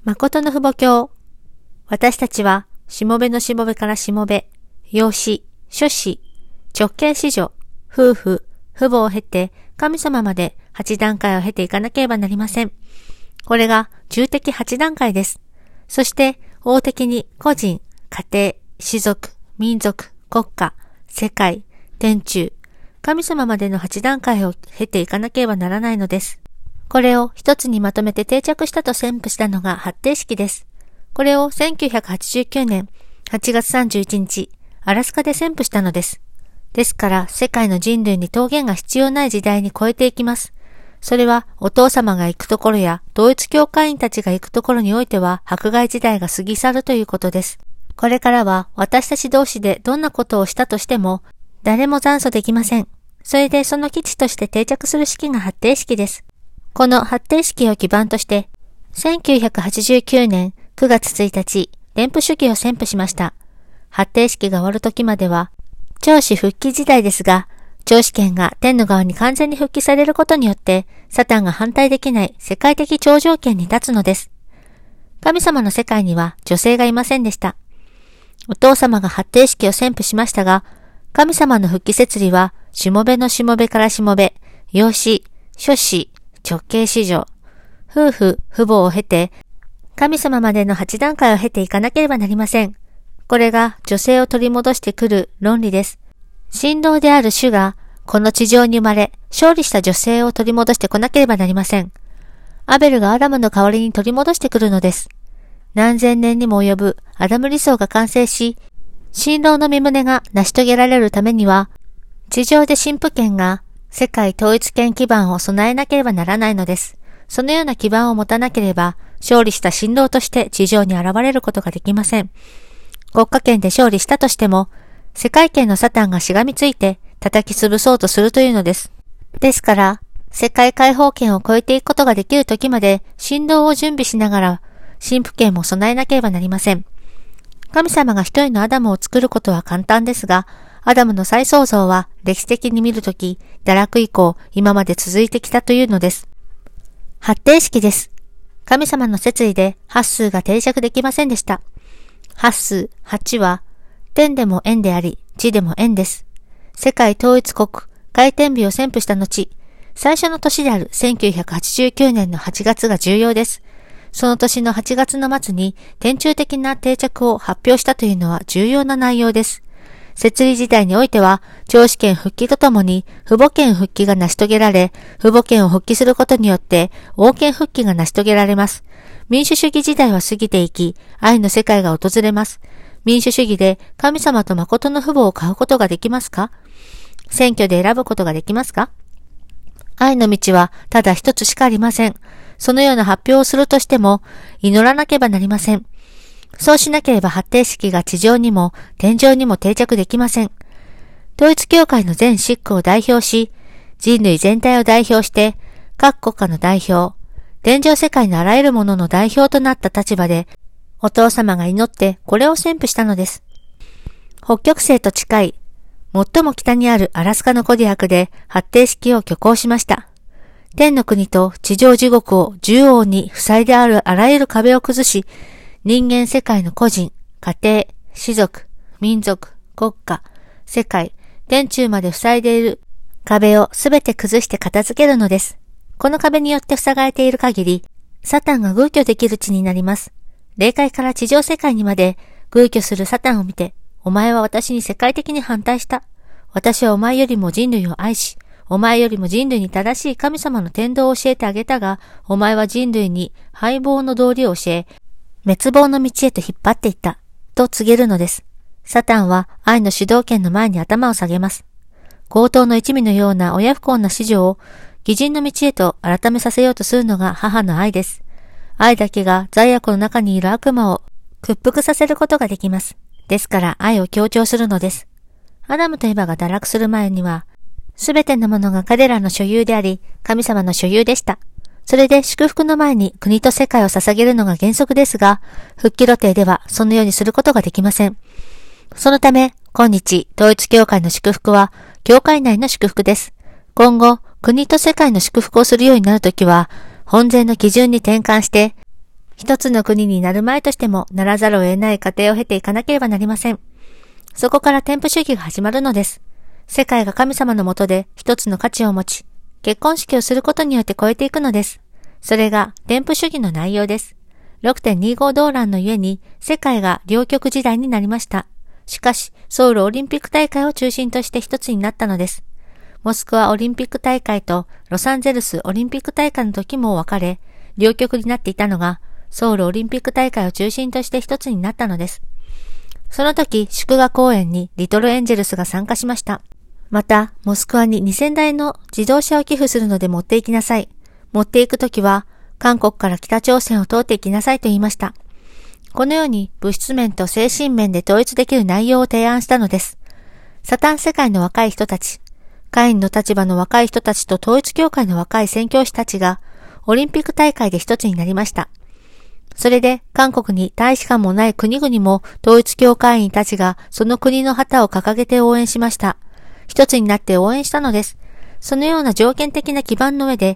誠の父母教。私たちは、しもべのしもべからしもべ、養子、諸子、直系子女、夫婦、父母を経て、神様まで8段階を経ていかなければなりません。これが重的8段階です。そして、王的に個人、家庭、氏族、民族、国家、世界、天中、神様までの8段階を経ていかなければならないのです。これを一つにまとめて定着したと宣布したのが発定式です。これを1989年8月31日、アラスカで宣布したのです。ですから世界の人類に桃源が必要ない時代に超えていきます。それはお父様が行くところや統一教会員たちが行くところにおいては迫害時代が過ぎ去るということです。これからは私たち同士でどんなことをしたとしても誰も残訴できません。それでその基地として定着する式が発定式です。この発定式を基盤として、1989年9月1日、連邦主義を宣布しました。発定式が終わる時までは、長子復帰時代ですが、長子権が天の側に完全に復帰されることによって、サタンが反対できない世界的頂上権に立つのです。神様の世界には女性がいませんでした。お父様が発定式を宣布しましたが、神様の復帰摂理は、しもべのしもべからしもべ、養子、諸子、直系子女、夫婦、父母を経て、神様までの8段階を経ていかなければなりません。これが女性を取り戻してくる論理です。神童である主が、この地上に生まれ、勝利した女性を取り戻してこなければなりません。アベルがアダムの代わりに取り戻してくるのです。何千年にも及ぶアダム理想が完成し、神童の身旨が成し遂げられるためには、地上で神父権が世界統一権基盤を備えなければならないのです。そのような基盤を持たなければ、勝利した神童として地上に現れることができません。国家権で勝利したとしても、世界権のサタンがしがみついて叩き潰そうとするというのです。ですから、世界解放権を超えていくことができる時まで神童を準備しながら、神父権も備えなければなりません。神様が一人のアダムを作ることは簡単ですが、アダムの再創造は歴史的に見るとき、堕落以降、今まで続いてきたというのです。発定式です。神様の摂理で8数が定着できませんでした。8数、8は、天でも円であり、地でも円です。世界統一国、回転日を宣布した後、最初の年である1989年の8月が重要です。その年の8月の末に天中的な定着を発表したというのは重要な内容です。摂理時代においては、長子権復帰とともに、父母権復帰が成し遂げられ、父母権を復帰することによって、王権復帰が成し遂げられます。民主主義時代は過ぎていき、愛の世界が訪れます。民主主義で神様と誠の父母を買うことができますか？選挙で選ぶことができますか？愛の道はただ一つしかありません。そのような発表をするとしても、祈らなければなりません。そうしなければ発定式が地上にも天上にも定着できません。統一教会の全シックを代表し、人類全体を代表して、各国家の代表、天上世界のあらゆるものの代表となった立場で、お父様が祈ってこれを宣布したのです。北極星と近い、最も北にあるアラスカのコディアクで発定式を挙行しました。天の国と地上地獄を縦横に塞いであるあらゆる壁を崩し、人間世界の個人、家庭、氏族、民族、国家、世界、天中まで塞いでいる壁をすべて崩して片付けるのです。この壁によって塞がれている限り、サタンが偶居できる地になります。霊界から地上世界にまで偶居するサタンを見て、お前は私に世界的に反対した。私はお前よりも人類を愛し、お前よりも人類に正しい神様の天道を教えてあげたが、お前は人類に敗亡の道理を教え、滅亡の道へと引っ張っていった、と告げるのです。サタンは愛の主導権の前に頭を下げます。強盗の一味のような親不孝な子女を義人の道へと改めさせようとするのが母の愛です。愛だけが罪悪の中にいる悪魔を屈服させることができます。ですから愛を強調するのです。アダムとエバが堕落する前には、すべてのものが彼らの所有であり、神様の所有でした。それで祝福の前に国と世界を捧げるのが原則ですが、復帰露呈ではそのようにすることができません。そのため、今日、統一教会の祝福は、教会内の祝福です。今後、国と世界の祝福をするようになるときは、本然の基準に転換して、 一つの国になる前としてもならざるを得ない過程を経ていかなければなりません。そこから天賦主義が始まるのです。世界が神様の下で一つの価値を持ち、結婚式をすることによって超えていくのです。それが天賦主義の内容です。6.25 動乱のゆえに世界が両極時代になりました。しかし、ソウルオリンピック大会を中心として一つになったのです。モスクワオリンピック大会とロサンゼルスオリンピック大会の時も分かれ、両極になっていたのが、ソウルオリンピック大会を中心として一つになったのです。その時、祝賀公演にリトルエンジェルスが参加しました。また、モスクワに2000台の自動車を寄付するので持って行きなさい。持って行く時は、韓国から北朝鮮を通って行きなさいと言いました。このように物質面と精神面で統一できる内容を提案したのです。サタン世界の若い人たち、カインの立場の若い人たちと統一教会の若い宣教師たちが、オリンピック大会で一つになりました。それで韓国に大使館もない国々も統一教会員たちがその国の旗を掲げて応援しました。一つになって応援したのです。そのような条件的な基盤の上で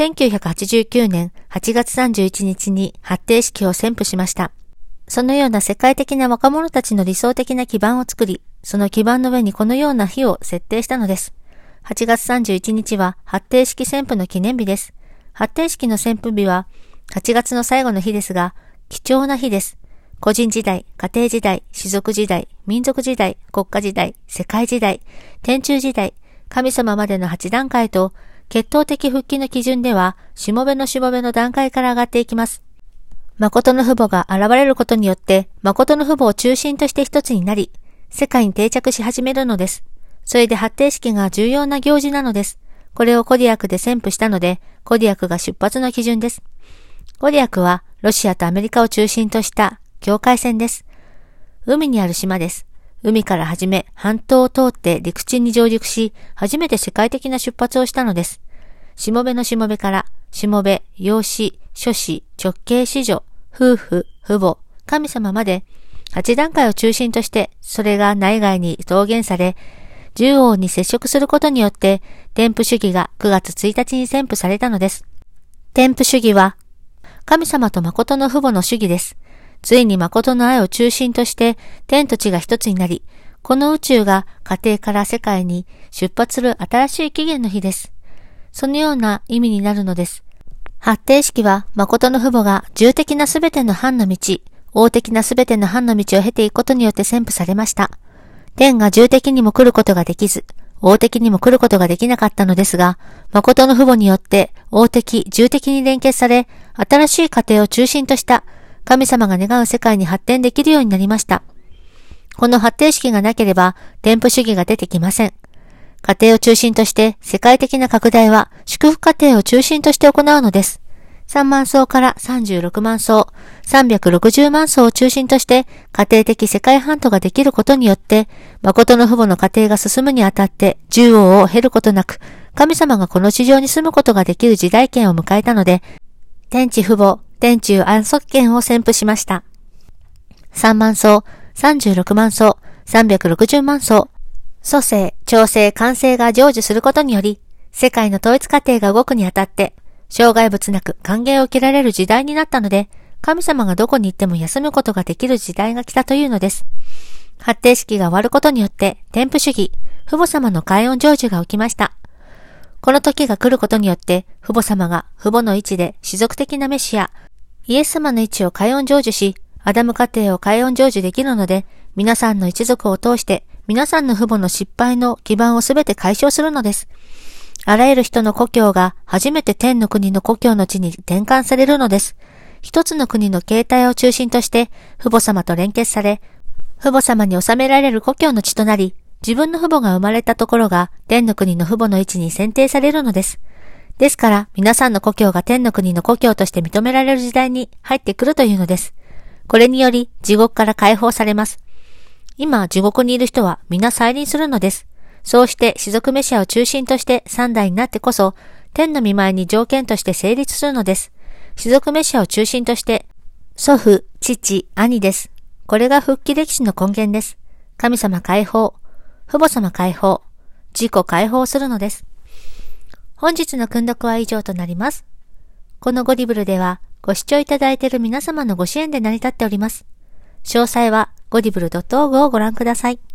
1989年8月31日に発定式を宣布しました。そのような世界的な若者たちの理想的な基盤を作り、その基盤の上にこのような日を設定したのです。8月31日は発定式宣布の記念日です。発定式の宣布日は8月の最後の日ですが、貴重な日です。個人時代、家庭時代、氏族時代、民族時代、国家時代、世界時代、天中時代、神様までの8段階と、血統的復帰の基準では、しもべのしもべの段階から上がっていきます。誠の父母が現れることによって、誠の父母を中心として一つになり、世界に定着し始めるのです。それで発定式が重要な行事なのです。これをコディアクで宣布したので、コディアクが出発の基準です。コディアクは、ロシアとアメリカを中心とした境界線です。海にある島です。海から始め、半島を通って陸地に上陸し、初めて世界的な出発をしたのです。しもべのしもべから、しもべ、養子、諸子、直系子女、夫婦、父母、神様まで、8段階を中心として、それが内外に表現され、十王に接触することによって、天賦主義が9月1日に宣布されたのです。天賦主義は、神様と誠の父母の主義です。ついに誠の愛を中心として天と地が一つになり、この宇宙が家庭から世界に出発する新しい起源の日です。そのような意味になるのです。発定式は誠の父母が重的なすべての藩の道、王的なすべての藩の道を経ていくことによって宣布されました。天が重的にも来ることができず、王的にも来ることができなかったのですが、誠の父母によって王的、重的に連結され、新しい家庭を中心とした神様が願う世界に発展できるようになりました。この発定式がなければ天賦主義が出てきません。家庭を中心として世界的な拡大は祝福家庭を中心として行うのです。3万層から36万層、360万層を中心として家庭的世界半島ができることによって、誠の父母の家庭が進むにあたって十王を経ることなく、神様がこの地上に住むことができる時代圏を迎えたので、天地父母、天中安息圏を宣布しました。3万層、36万層、360万層、蘇生、調整、完成が成就することにより、世界の統一過程が動くにあたって、障害物なく歓迎を受けられる時代になったので、神様がどこに行っても休むことができる時代が来たというのです。発定式が終わることによって、天賦主義、父母様の開恩成就が起きました。この時が来ることによって、父母様が父母の位置で氏族的なメシア、イエス様の位置を開恩成就し、アダム家庭を開恩成就できるので、皆さんの一族を通して、皆さんの父母の失敗の基盤をすべて解消するのです。あらゆる人の故郷が初めて天の国の故郷の地に転換されるのです。一つの国の形態を中心として、父母様と連結され、父母様に収められる故郷の地となり、自分の父母が生まれたところが天の国の父母の位置に選定されるのです。ですから、皆さんの故郷が天の国の故郷として認められる時代に入ってくるというのです。これにより、地獄から解放されます。今、地獄にいる人は皆再臨するのです。そうして氏族メシアを中心として三代になってこそ、天の御前に条件として成立するのです。氏族メシアを中心として、祖父、父、兄です。これが復帰歴史の根源です。神様解放、父母様解放、自己解放するのです。本日の訓読は以上となります。このゴリブルでは、 ご視聴いただいている皆様のご支援で成り立っております。詳細は Audible.org をご覧ください。